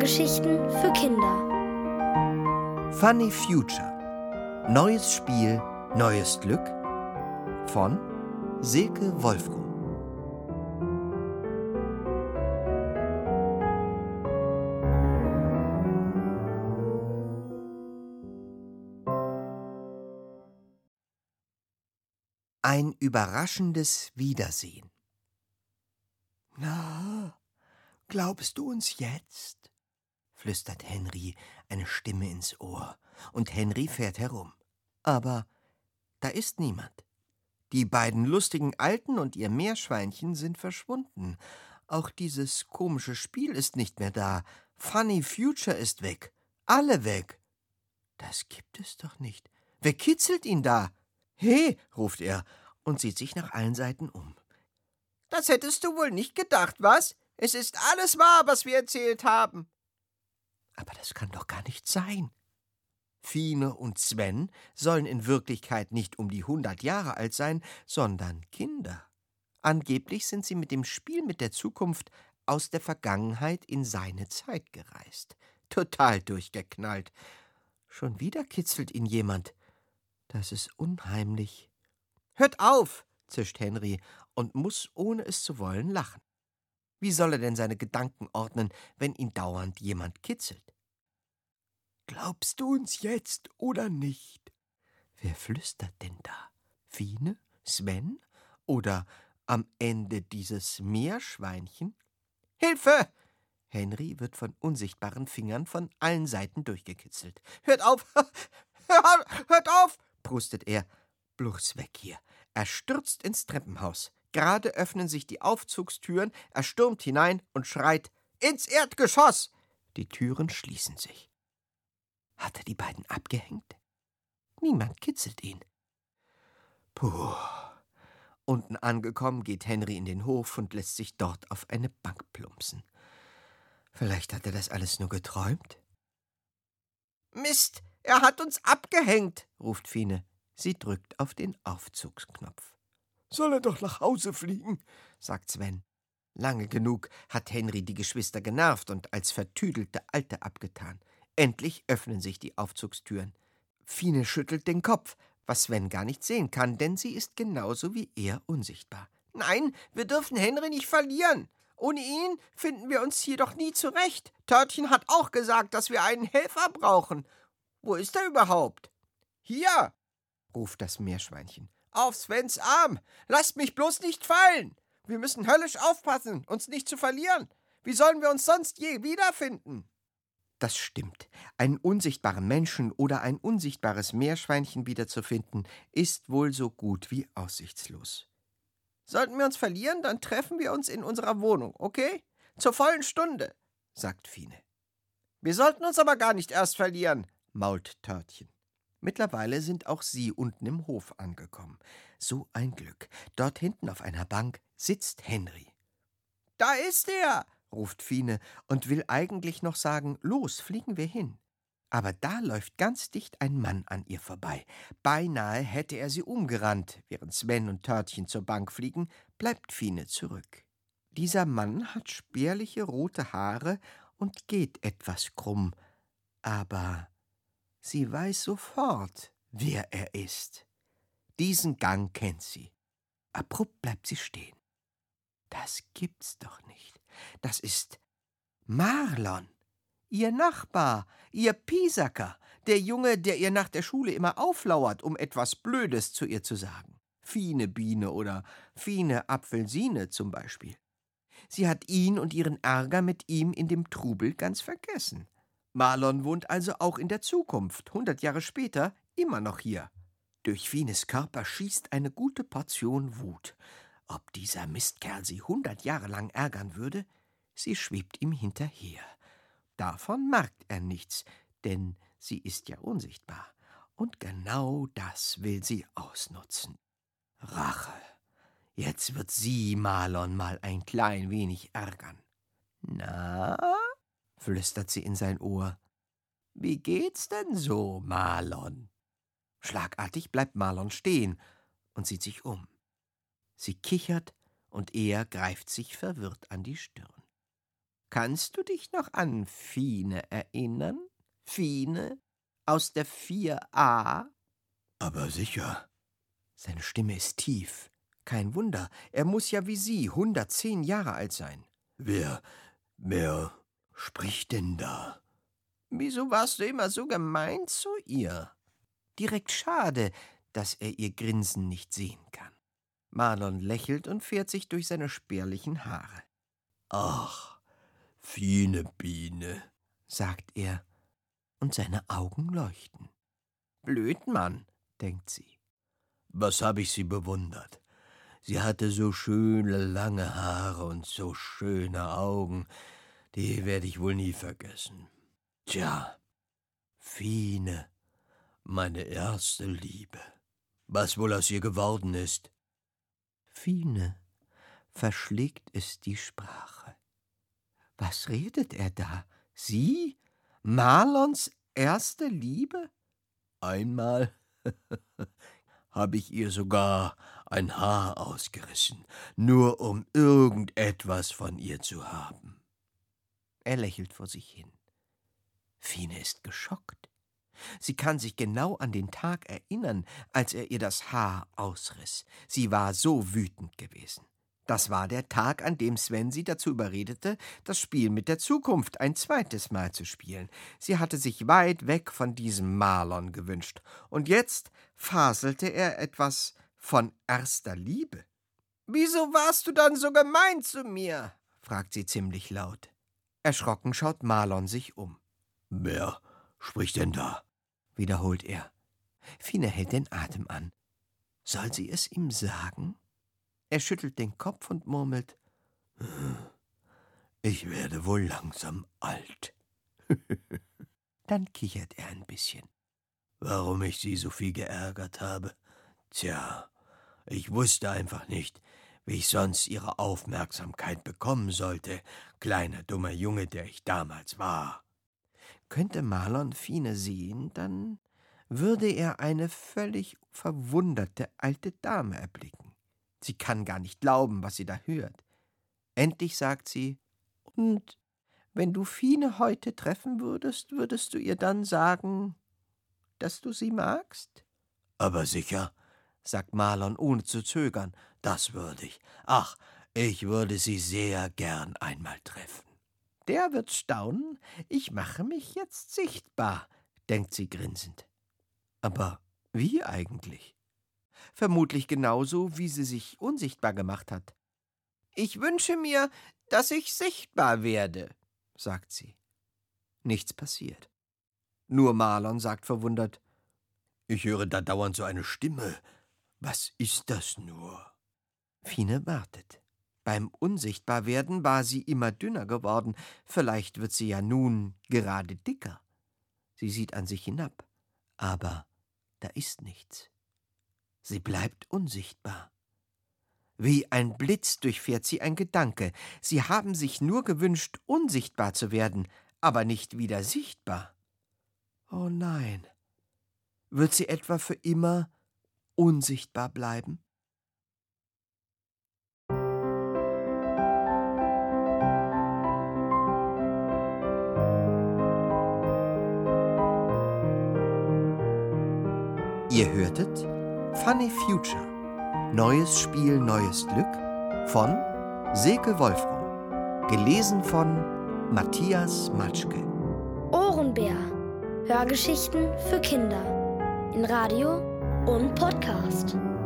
Hörgeschichten für Kinder. Funny Future. Neues Spiel, neues Glück von Silke Wolfrum. Ein überraschendes Wiedersehen. Na, glaubst du uns jetzt? Flüstert Henry eine Stimme ins Ohr, und Henry fährt herum. Aber da ist niemand. Die beiden lustigen Alten und ihr Meerschweinchen sind verschwunden. Auch dieses komische Spiel ist nicht mehr da. Funny Future ist weg. Alle weg. Das gibt es doch nicht. Wer kitzelt ihn da? He, ruft er und sieht sich nach allen Seiten um. Das hättest du wohl nicht gedacht, was? Es ist alles wahr, was wir erzählt haben. Aber das kann doch gar nicht sein. Fine und Sven sollen in Wirklichkeit nicht um die 100 Jahre alt sein, sondern Kinder. Angeblich sind sie mit dem Spiel mit der Zukunft aus der Vergangenheit in seine Zeit gereist. Total durchgeknallt. Schon wieder kitzelt ihn jemand. Das ist unheimlich. Hört auf, zischt Henry und muss, ohne es zu wollen, lachen. Wie soll er denn seine Gedanken ordnen, wenn ihn dauernd jemand kitzelt? Glaubst du uns jetzt oder nicht? Wer flüstert denn da? Fine? Sven? Oder am Ende dieses Meerschweinchen? Hilfe! Henry wird von unsichtbaren Fingern von allen Seiten durchgekitzelt. Hört auf! Hört auf! Prustet er. Bloß weg hier. Er stürzt ins Treppenhaus. Gerade öffnen sich die Aufzugstüren, er stürmt hinein und schreit: »Ins Erdgeschoss!« Die Türen schließen sich. Hat er die beiden abgehängt? Niemand kitzelt ihn. Puh. Unten angekommen geht Henry in den Hof und lässt sich dort auf eine Bank plumpsen. Vielleicht hat er das alles nur geträumt? »Mist, er hat uns abgehängt«, ruft Fine. Sie drückt auf den Aufzugsknopf. »Soll er doch nach Hause fliegen«, sagt Sven. Lange genug hat Henry die Geschwister genervt und als vertüdelte Alte abgetan. Endlich öffnen sich die Aufzugstüren. Fine schüttelt den Kopf, was Sven gar nicht sehen kann, denn sie ist genauso wie er unsichtbar. »Nein, wir dürfen Henry nicht verlieren. Ohne ihn finden wir uns hier doch nie zurecht. Törtchen hat auch gesagt, dass wir einen Helfer brauchen. Wo ist er überhaupt?« »Hier«, ruft das Meerschweinchen. »Auf Svens Arm. Lasst mich bloß nicht fallen. Wir müssen höllisch aufpassen, uns nicht zu verlieren. Wie sollen wir uns sonst je wiederfinden?« Das stimmt. Einen unsichtbaren Menschen oder ein unsichtbares Meerschweinchen wiederzufinden, ist wohl so gut wie aussichtslos. »Sollten wir uns verlieren, dann treffen wir uns in unserer Wohnung, okay? Zur vollen Stunde«, sagt Fine. »Wir sollten uns aber gar nicht erst verlieren«, mault Törtchen. Mittlerweile sind auch sie unten im Hof angekommen. So ein Glück. Dort hinten auf einer Bank sitzt Henry. »Da ist er«, ruft Fine und will eigentlich noch sagen, »los, fliegen wir hin«. Aber da läuft ganz dicht ein Mann an ihr vorbei. Beinahe hätte er sie umgerannt. Während Sven und Törtchen zur Bank fliegen, bleibt Fine zurück. Dieser Mann hat spärliche rote Haare und geht etwas krumm. Aber sie weiß sofort, wer er ist. Diesen Gang kennt sie. Abrupt bleibt sie stehen. Das gibt's doch nicht. Das ist Marlon, ihr Nachbar, ihr Piesacker, der Junge, der ihr nach der Schule immer auflauert, um etwas Blödes zu ihr zu sagen. Fine Biene oder Fine Apfelsine zum Beispiel. Sie hat ihn und ihren Ärger mit ihm in dem Trubel ganz vergessen. Marlon wohnt also auch in der Zukunft, 100 Jahre später, immer noch hier. Durch Fines Körper schießt eine gute Portion Wut. Ob dieser Mistkerl sie 100 Jahre lang ärgern würde? Sie schwebt ihm hinterher. Davon merkt er nichts, denn sie ist ja unsichtbar. Und genau das will sie ausnutzen. Rache. Jetzt wird sie Marlon mal ein klein wenig ärgern. »Na?«, flüstert sie in sein Ohr. »Wie geht's denn so, Marlon?« Schlagartig bleibt Marlon stehen und sieht sich um. Sie kichert und er greift sich verwirrt an die Stirn. Kannst du dich noch an Fine erinnern? Fine aus der 4a? Aber sicher. Seine Stimme ist tief. Kein Wunder, er muss ja wie Sie 110 Jahre alt sein. Wer spricht denn da? Wieso warst du immer so gemein zu ihr? Direkt schade, dass er ihr Grinsen nicht sehen kann. Marlon lächelt und fährt sich durch seine spärlichen Haare. Ach, Fine Biene, sagt er, und seine Augen leuchten. Blödmann, denkt sie. Was habe ich sie bewundert? Sie hatte so schöne lange Haare und so schöne Augen, die werde ich wohl nie vergessen. Tja, Fine, meine erste Liebe. Was wohl aus ihr geworden ist? Fine verschlägt es die Sprache. Was redet er da? Sie? Marlons erste Liebe? Einmal habe ich ihr sogar ein Haar ausgerissen, nur um irgendetwas von ihr zu haben. Er lächelt vor sich hin. Fine ist geschockt. Sie kann sich genau an den Tag erinnern, als er ihr das Haar ausriss. Sie war so wütend gewesen. Das war der Tag, an dem Sven sie dazu überredete, das Spiel mit der Zukunft ein zweites Mal zu spielen. Sie hatte sich weit weg von diesem Marlon gewünscht. Und jetzt faselte er etwas von erster Liebe. »Wieso warst du dann so gemein zu mir?« fragt sie ziemlich laut. Erschrocken schaut Marlon sich um. »Wer spricht denn da?« wiederholt er. Fine hält den Atem an. Soll sie es ihm sagen? Er schüttelt den Kopf und murmelt: »Ich werde wohl langsam alt.« Dann kichert er ein bisschen. »Warum ich sie so viel geärgert habe? Tja, ich wusste einfach nicht, wie ich sonst ihre Aufmerksamkeit bekommen sollte, kleiner dummer Junge, der ich damals war.« Könnte Marlon Fine sehen, dann würde er eine völlig verwunderte alte Dame erblicken. Sie kann gar nicht glauben, was sie da hört. Endlich sagt sie: »Und wenn du Fine heute treffen würdest, würdest du ihr dann sagen, dass du sie magst?« »Aber sicher«, sagt Marlon ohne zu zögern, »das würde ich. Ach, ich würde sie sehr gern einmal treffen.« Der wird staunen, ich mache mich jetzt sichtbar, denkt sie grinsend. Aber wie eigentlich? Vermutlich genauso, wie sie sich unsichtbar gemacht hat. »Ich wünsche mir, dass ich sichtbar werde«, sagt sie. Nichts passiert. Nur Marlon sagt verwundert: »Ich höre da dauernd so eine Stimme. Was ist das nur?« Fine wartet. Beim Unsichtbarwerden war sie immer dünner geworden. Vielleicht wird sie ja nun gerade dicker. Sie sieht an sich hinab. Aber da ist nichts. Sie bleibt unsichtbar. Wie ein Blitz durchfährt sie ein Gedanke. Sie haben sich nur gewünscht, unsichtbar zu werden, aber nicht wieder sichtbar. Oh nein. Wird sie etwa für immer unsichtbar bleiben? Ihr hörtet Funny Future. Neues Spiel, neues Glück von Silke Wolfram. Gelesen von Matthias Matschke. Ohrenbär. Hörgeschichten für Kinder. In Radio und Podcast.